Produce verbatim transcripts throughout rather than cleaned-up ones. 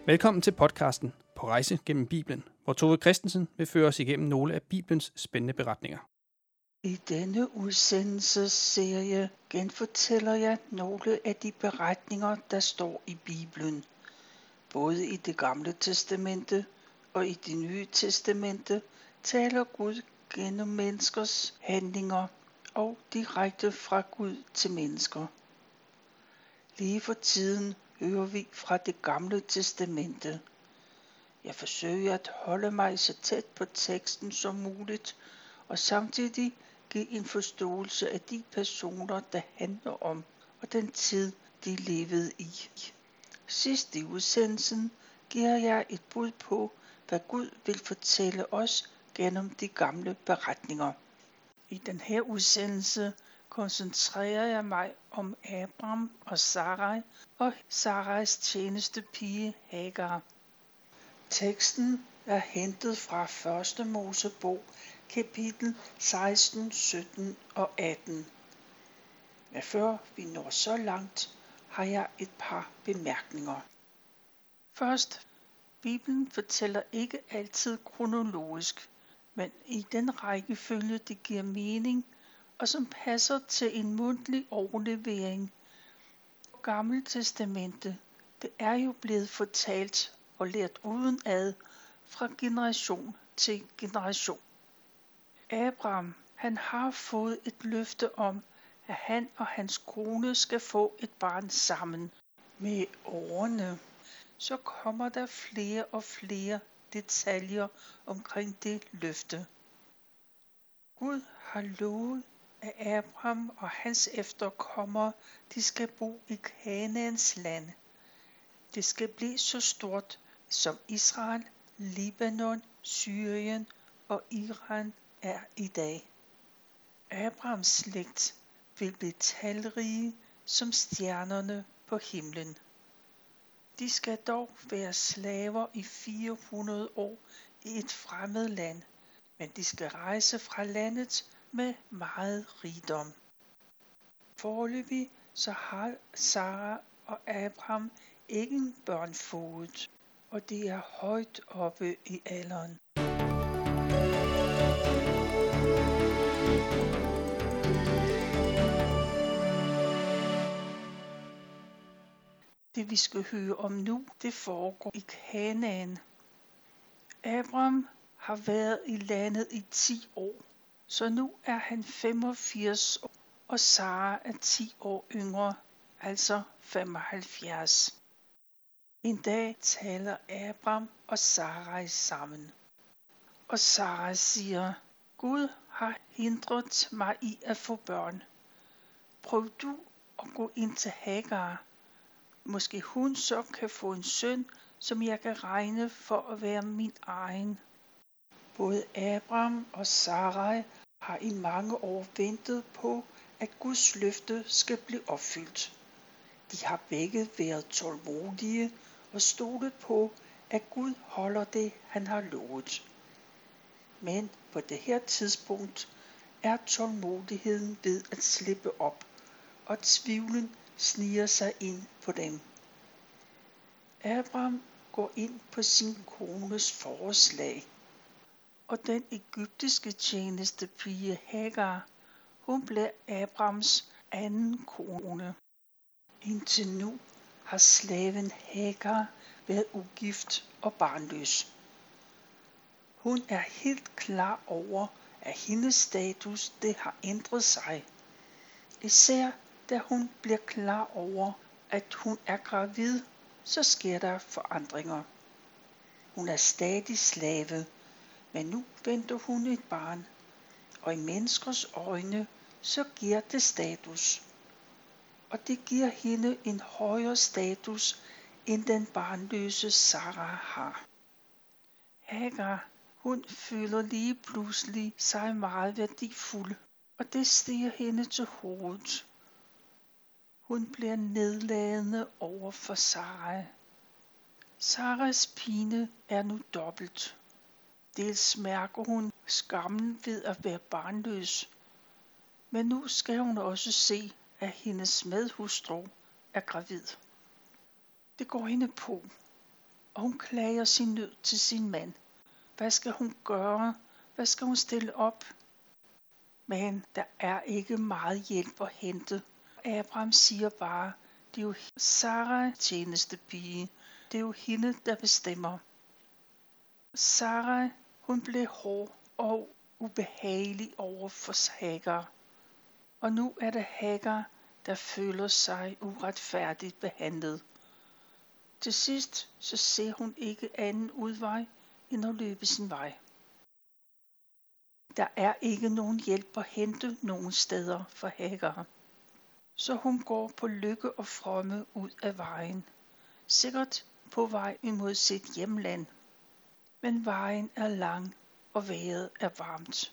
Velkommen til podcasten På rejse gennem Bibelen, hvor Tove Christensen vil føre os igennem nogle af Bibelens spændende beretninger. I denne udsendelsesserie genfortæller jeg nogle af de beretninger, der står i Bibelen. Både i det gamle testamente og i det nye testamente taler Gud gennem menneskers handlinger og direkte fra Gud til mennesker. Lige for tiden hører vi fra det gamle testamente. Jeg forsøger at holde mig så tæt på teksten som muligt, og samtidig give en forståelse af de personer, der handler om, og den tid, de levede i. Sidst i udsendelsen giver jeg et bud på, hvad Gud vil fortælle os gennem de gamle beretninger. I den her udsendelse koncentrerer jeg mig om Abraham og Sarai og Sarais tjenestepige Hagar. Teksten er hentet fra første Mosebog, kapitel seksten, sytten og atten. Men før vi når så langt, har jeg et par bemærkninger. Først, Bibelen fortæller ikke altid kronologisk, men i den rækkefølge, det giver mening, og som passer til en mundtlig overlevering. Gamle testamente, det er jo blevet fortalt og lært udenad fra generation til generation. Abraham, han har fået et løfte om, at han og hans kone skal få et barn sammen. Med årene, så kommer der flere og flere detaljer omkring det løfte. Gud har lovet, at Abraham og hans efterkommere, de skal bo i Kanaans land. Det skal blive så stort som Israel, Libanon, Syrien og Iran er i dag. Abrahams slægt vil blive talrige som stjernerne på himlen. De skal dog være slaver i fire hundrede år i et fremmed land, men de skal rejse fra landet med meget rigdom. Foreløbig så har Sara og Abraham ingen børn fået, og det er højt oppe i alderen. Det vi skal høre om nu, det foregår i Kanaan. Abraham har været i landet i ti år, så nu er han femogfirs år, og Sara er ti år yngre, altså femoghalvfjerds. En dag taler Abraham og Sarai sammen. Og Sarai siger, Gud har hindret mig i at få børn. Prøv du at gå ind til Hagar. Måske hun så kan få en søn, som jeg kan regne for at være min egen. Både Abraham og Sarai har i mange år ventet på, at Guds løfte skal blive opfyldt. De har begge været tålmodige og stolet på, at Gud holder det, han har lovet. Men på det her tidspunkt er tålmodigheden ved at slippe op, og tvivlen sniger sig ind på dem. Abraham går ind på sin kones forslag, og den egyptiske tjenestepige Hagar, hun blev Abrahams anden kone. Indtil nu har slaven Hagar været ugift og barnløs. Hun er helt klar over, at hendes status det har ændret sig. Især da hun bliver klar over, at hun er gravid, så sker der forandringer. Hun er stadig slave, men nu venter hun et barn, og i menneskers øjne, så giver det status. Og det giver hende en højere status, end den barnløse Sara har. Hagar, hun føler lige pludselig sig meget værdifuld, og det stiger hende til hovedet. Hun bliver nedladende over for Sarai. Saras pine er nu dobbelt. Dels mærker hun skammen ved at være barnløs, men nu skal hun også se, at hendes medhustru er gravid. Det går hende på. og hun klager sin nød til sin mand. Hvad skal hun gøre? Hvad skal hun stille op? Men der er ikke meget hjælp at hente. Abraham siger bare, det er jo Sarai, tjenestepige. Det er jo hende, der bestemmer. Sarai, hun blev hård og ubehagelig over for Hagar. Og nu er det Hagar, der føler sig uretfærdigt behandlet. Til sidst så ser hun ikke anden udvej end at løbe sin vej. Der er ikke nogen hjælp at hente nogen steder for Hagar. Så hun går på lykke og fromme ud af vejen. Sikkert på vej imod sit hjemland. Men vejen er lang, og vejret er varmt.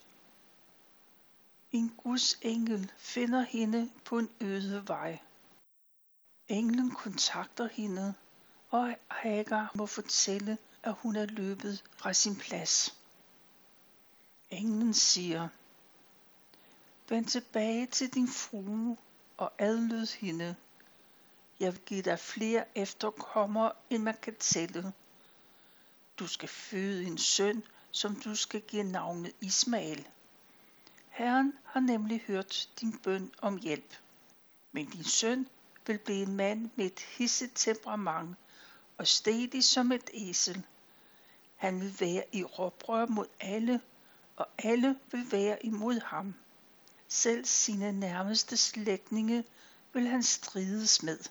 En Guds engel finder hende på en øde vej. Englen kontakter hende, og Hagar må fortælle, at hun er løbet fra sin plads. Englen siger, vend tilbage til din frue og adlyd hende. Jeg vil give dig flere efterkommere, end man kan tælle. Du skal føde en søn, som du skal give navnet Ismael. Herren har nemlig hørt din bøn om hjælp. Men din søn vil blive en mand med et hidset temperament og stædig som et æsel. Han vil være i oprør mod alle, og alle vil være imod ham. Selv sine nærmeste slægtninge vil han strides med.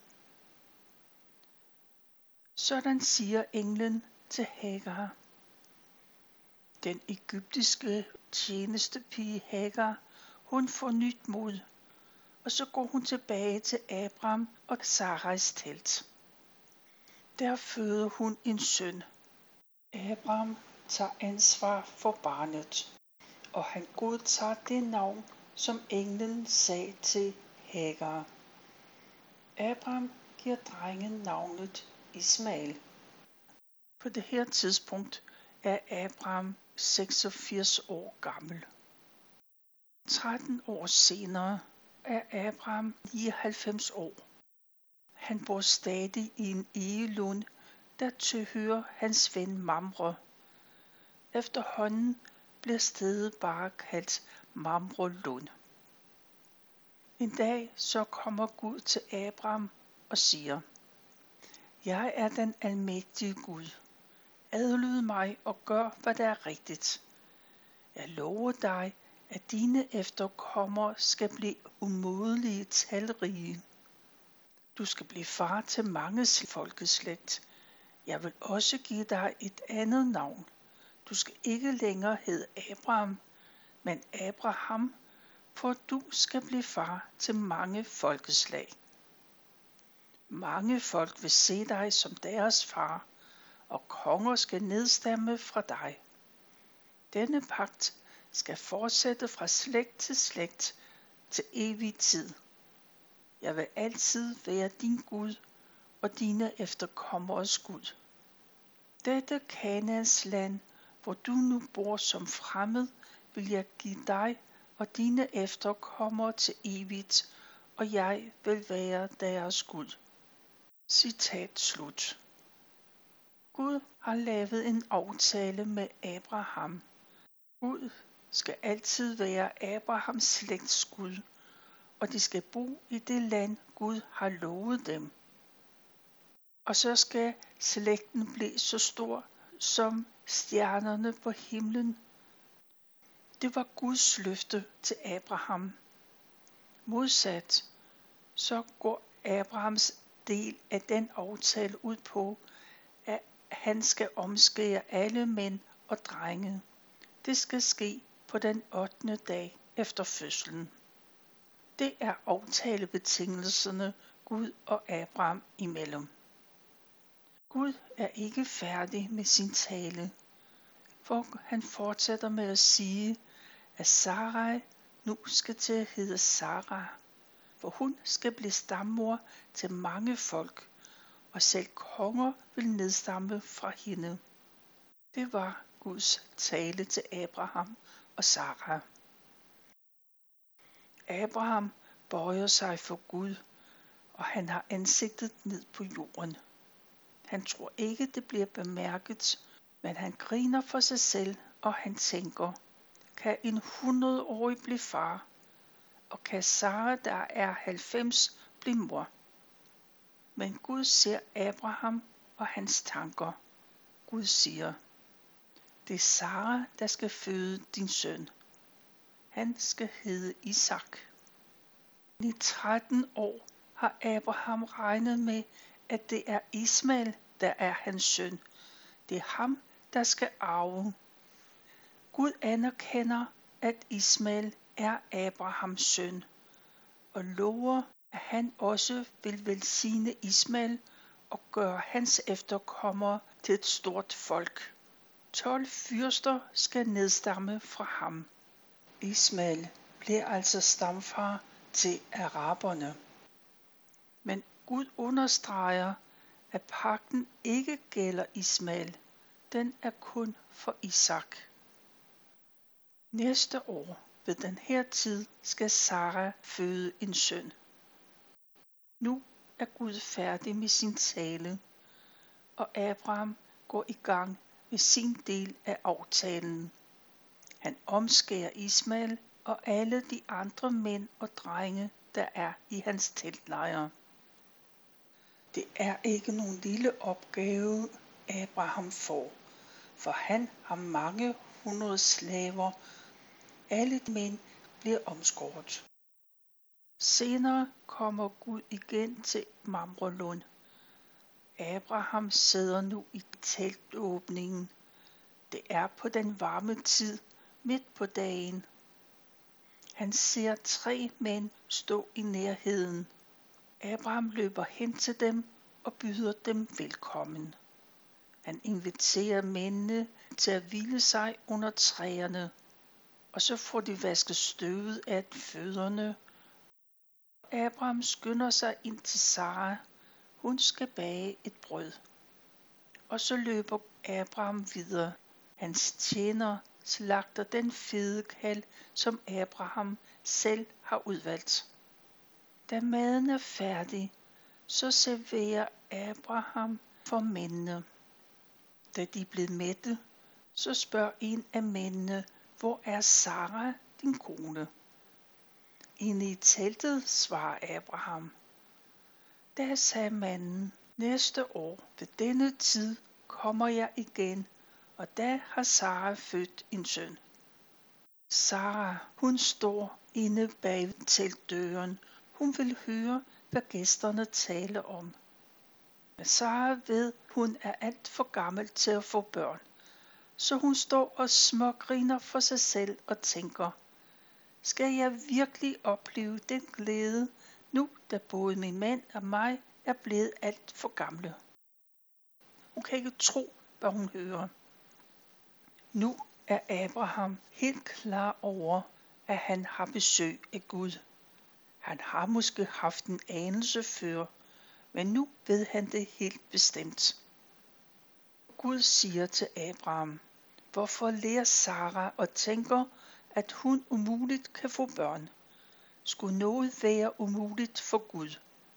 Sådan siger englen til Hagar. Den egyptiske tjenestepige Hagar, hun får nyt mod, og så går hun tilbage til Abraham og Sarais telt. Der føder hun en søn. Abraham tager ansvar for barnet, og han godtager det navn, som englen sagde til Hagar. Abraham giver drengen navnet Ismael. På det her tidspunkt er Abraham seksogfirs år gammel. tretten år senere er Abraham nioghalvfems år. Han bor stadig i en egelund, der tilhører hans ven Mamre. Efterhånden bliver stedet bare kaldt Mamre Lund. En dag så kommer Gud til Abraham og siger, jeg er den almægtige Gud. Adlyd mig og gør, hvad der er rigtigt. Jeg lover dig, at dine efterkommere skal blive umådelige talrige. Du skal blive far til mange folkeslægt. Jeg vil også give dig et andet navn. Du skal ikke længere hedde Abraham, men Abraham, for du skal blive far til mange folkeslag. Mange folk vil se dig som deres far, og konger skal nedstamme fra dig. Denne pagt skal fortsætte fra slægt til slægt til evig tid. Jeg vil altid være din Gud og dine efterkommeres Gud. Dette Kanaans land, hvor du nu bor som fremmed, vil jeg give dig og dine efterkommere til evigt, og jeg vil være deres Gud. Citat slut. Gud har lavet en aftale med Abraham. Gud skal altid være Abrahams slægts Gud, og de skal bo i det land, Gud har lovet dem. Og så skal slægten blive så stor som stjernerne på himlen. Det var Guds løfte til Abraham. Modsat, så går Abrahams del af den aftale ud på, at han skal omskære alle mænd og drenge. Det skal ske på den ottende dag efter fødslen. Det er aftalebetingelserne Gud og Abraham imellem. Gud er ikke færdig med sin tale, for han fortsætter med at sige, at Sarai nu skal til at hedde Sara, for hun skal blive stammor til mange folk, og selv konger vil nedstamme fra hende. Det var Guds tale til Abraham og Sara. Abraham bøjer sig for Gud, og han har ansigtet ned på jorden. Han tror ikke, det bliver bemærket, men han griner for sig selv, og han tænker, kan en hundredårig blive far, og kan Sara, der er halvfems, blive mor? Men Gud ser Abraham og hans tanker. Gud siger, det er Sara, der skal føde din søn. Han skal hedde Isak. I tretten år har Abraham regnet med, at det er Ismael, der er hans søn. Det er ham, der skal arve. Gud anerkender, at Ismael er Abrahams søn, og lover, at han også vil velsigne Ismael og gøre hans efterkommere til et stort folk. Tolv fyrster skal nedstamme fra ham. Ismael bliver altså stamfar til araberne. Men Gud understreger, at pagten ikke gælder Ismael. Den er kun for Isak. Næste år ved den her tid skal Sara føde en søn. Nu er Gud færdig med sin tale, og Abraham går i gang med sin del af aftalen. Han omskærer Ismael og alle de andre mænd og drenge, der er i hans teltlejre. Det er ikke nogen lille opgave, Abraham får, for han har mange hundrede slaver. Alle de mænd bliver omskåret. Senere kommer Gud igen til Mamrelund. Abraham sidder nu i teltåbningen. Det er på den varme tid, midt på dagen. Han ser tre mænd stå i nærheden. Abraham løber hen til dem og byder dem velkommen. Han inviterer mændene til at hvile sig under træerne, og så får de vasket støvet af fødderne. Abraham skynder sig ind til Sara. Hun skal bage et brød. Og så løber Abraham videre. Hans tjener slagter den fede kalv, som Abraham selv har udvalgt. Da maden er færdig, så serverer Abraham for mændene. Da de er blevet mætte, så spørger en af mændene, hvor er Sara, din kone? Inde i teltet, svarer Abraham. Da sagde manden, næste år ved denne tid kommer jeg igen, og da har Sara født en søn. Sara, hun står inde bag teltdøren. Hun vil høre, hvad gæsterne taler om. Men Sara ved, hun er alt for gammel til at få børn, så hun står og smågriner for sig selv og tænker, skal jeg virkelig opleve den glæde, nu da både min mand og mig er blevet alt for gamle? Hun kan ikke tro, hvad hun hører. Nu er Abraham helt klar over, at han har besøg af Gud. Han har måske haft en anelse før, men nu ved han det helt bestemt. Gud siger til Abraham, hvorfor lærer Sara og tænker, at hun umuligt kan få børn? Skulle noget være umuligt for Gud?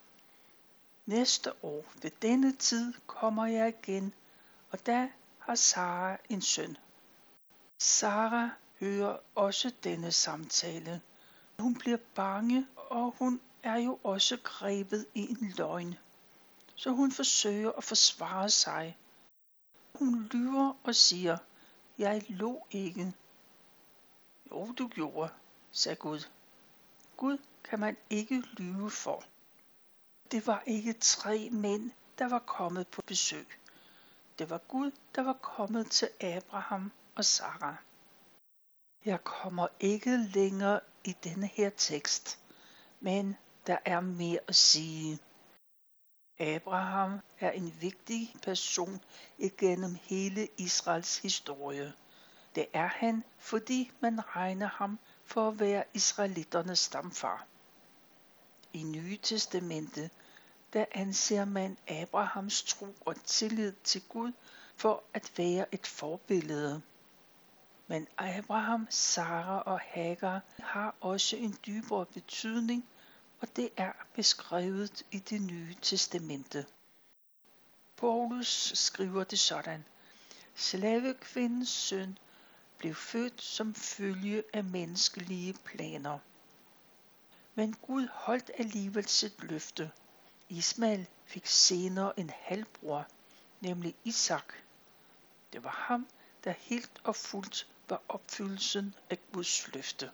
Næste år ved denne tid kommer jeg igen, og da har Sara en søn. Sara hører også denne samtale. Hun bliver bange, og hun er jo også grebet i en løgn. Så hun forsøger at forsvare sig. Hun lyver og siger, jeg lå ikke. Jo, du gjorde, sagde Gud. Gud kan man ikke lyve for. Det var ikke tre mænd, der var kommet på besøg. Det var Gud, der var kommet til Abraham og Sara. Jeg kommer ikke længere i denne her tekst, men der er mere at sige. Abraham er en vigtig person igennem hele Israels historie. Det er han, fordi man regner ham for at være israelitternes stamfar. I Nye Testamente, der anser man Abrahams tro og tillid til Gud for at være et forbillede. Men Abraham, Sara og Hagar har også en dybere betydning, og det er beskrevet i Det Nye Testamente. Paulus skriver det sådan: Slavekvindens søn blev født som følge af menneskelige planer. Men Gud holdt alligevel sit løfte. Ismael fik senere en halvbror, nemlig Isak. Det var ham, der helt og fuldt var opfyldelsen af Guds løfte.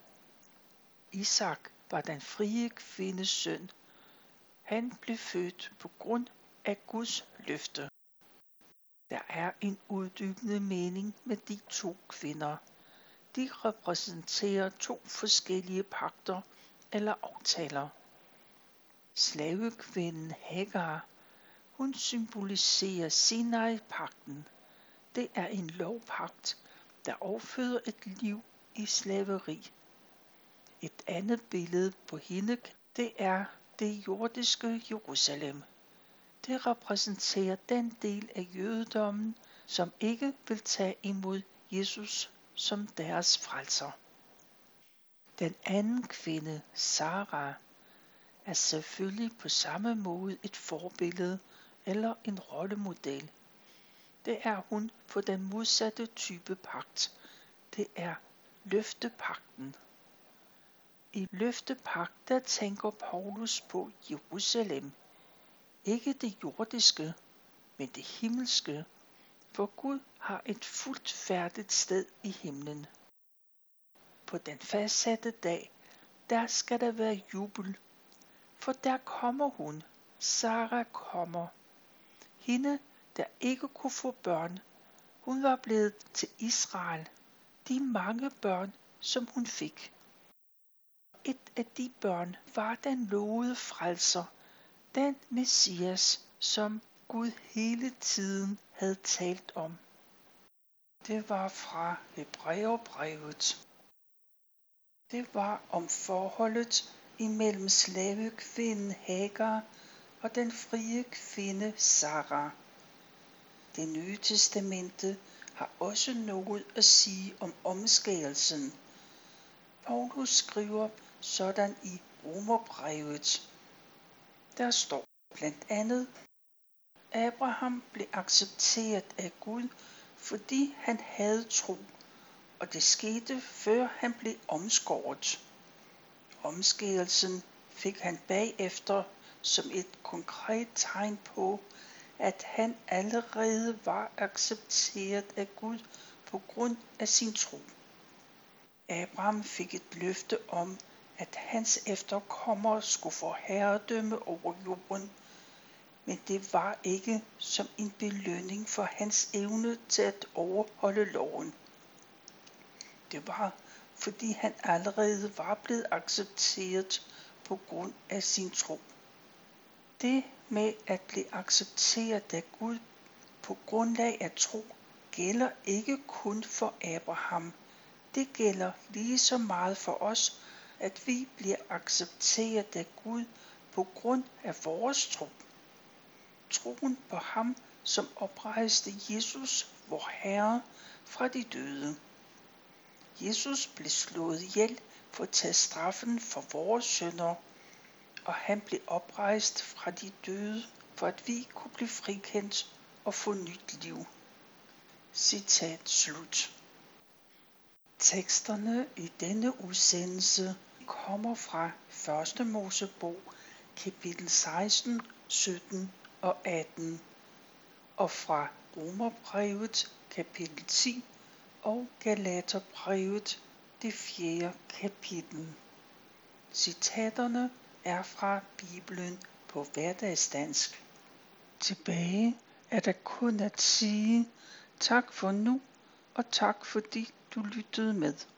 Isak var den frie kvindes søn. Han blev født på grund af Guds løfte. Der er en uddybende mening med de to kvinder. De repræsenterer to forskellige pagter eller aftaler. Slavekvinden Hagar, hun symboliserer Sinai-pagten. Det er en lovpagt, der afføder et liv i slaveri. Et andet billede på hende, det er det jordiske Jerusalem. Det repræsenterer den del af jødedommen, som ikke vil tage imod Jesus som deres frelser. Den anden kvinde, Sara, er selvfølgelig på samme måde et forbillede eller en rollemodel. Det er hun for den modsatte type pagt. Det er løftepagten. I løftepagt, der tænker Paulus på Jerusalem. Ikke det jordiske, men det himmelske, for Gud har et fuldt færdigt sted i himlen. På den fastsatte dag, der skal der være jubel, for der kommer hun, Sara kommer. Hende, der ikke kunne få børn, hun var blevet til Israel, de mange børn, som hun fik. Et af de børn var den lovede frelser, den Messias, som Gud hele tiden havde talt om. Det var fra Hebræerbrevet. Det var om forholdet imellem slavekvinden Hagar og den frie kvinde Sara. Det Nye Testamente har også noget at sige om omskærelsen. Paulus skriver sådan i Romerbrevet. Der står blandt andet: Abraham blev accepteret af Gud, fordi han havde tro, og det skete før han blev omskåret. Omskærelsen fik han bagefter som et konkret tegn på, at han allerede var accepteret af Gud på grund af sin tro. Abraham fik et løfte om, at hans efterkommere skulle få herredømme over jorden, men det var ikke som en belønning for hans evne til at overholde loven. Det var, fordi han allerede var blevet accepteret på grund af sin tro. Det med at blive accepteret af Gud på grundlag af tro gælder ikke kun for Abraham. Det gælder lige så meget for os, at vi bliver accepteret af Gud på grund af vores tro. Troen på ham, som oprejste Jesus, vor Herre, fra de døde. Jesus blev slået ihjel for at tage straffen for vores synder, og han blev oprejst fra de døde, for at vi kunne blive frikendt og få nyt liv. Citat slut. Teksterne i denne udsendelse kommer fra første Mosebog, kapitel seksten, sytten og atten, og fra Romerbrevet, kapitel ti, og Galaterbrevet, det fjerde kapitel. Citaterne er fra Bibelen på hverdagsdansk. Tilbage er der kun at sige tak for nu, og tak fordi du lyttede med.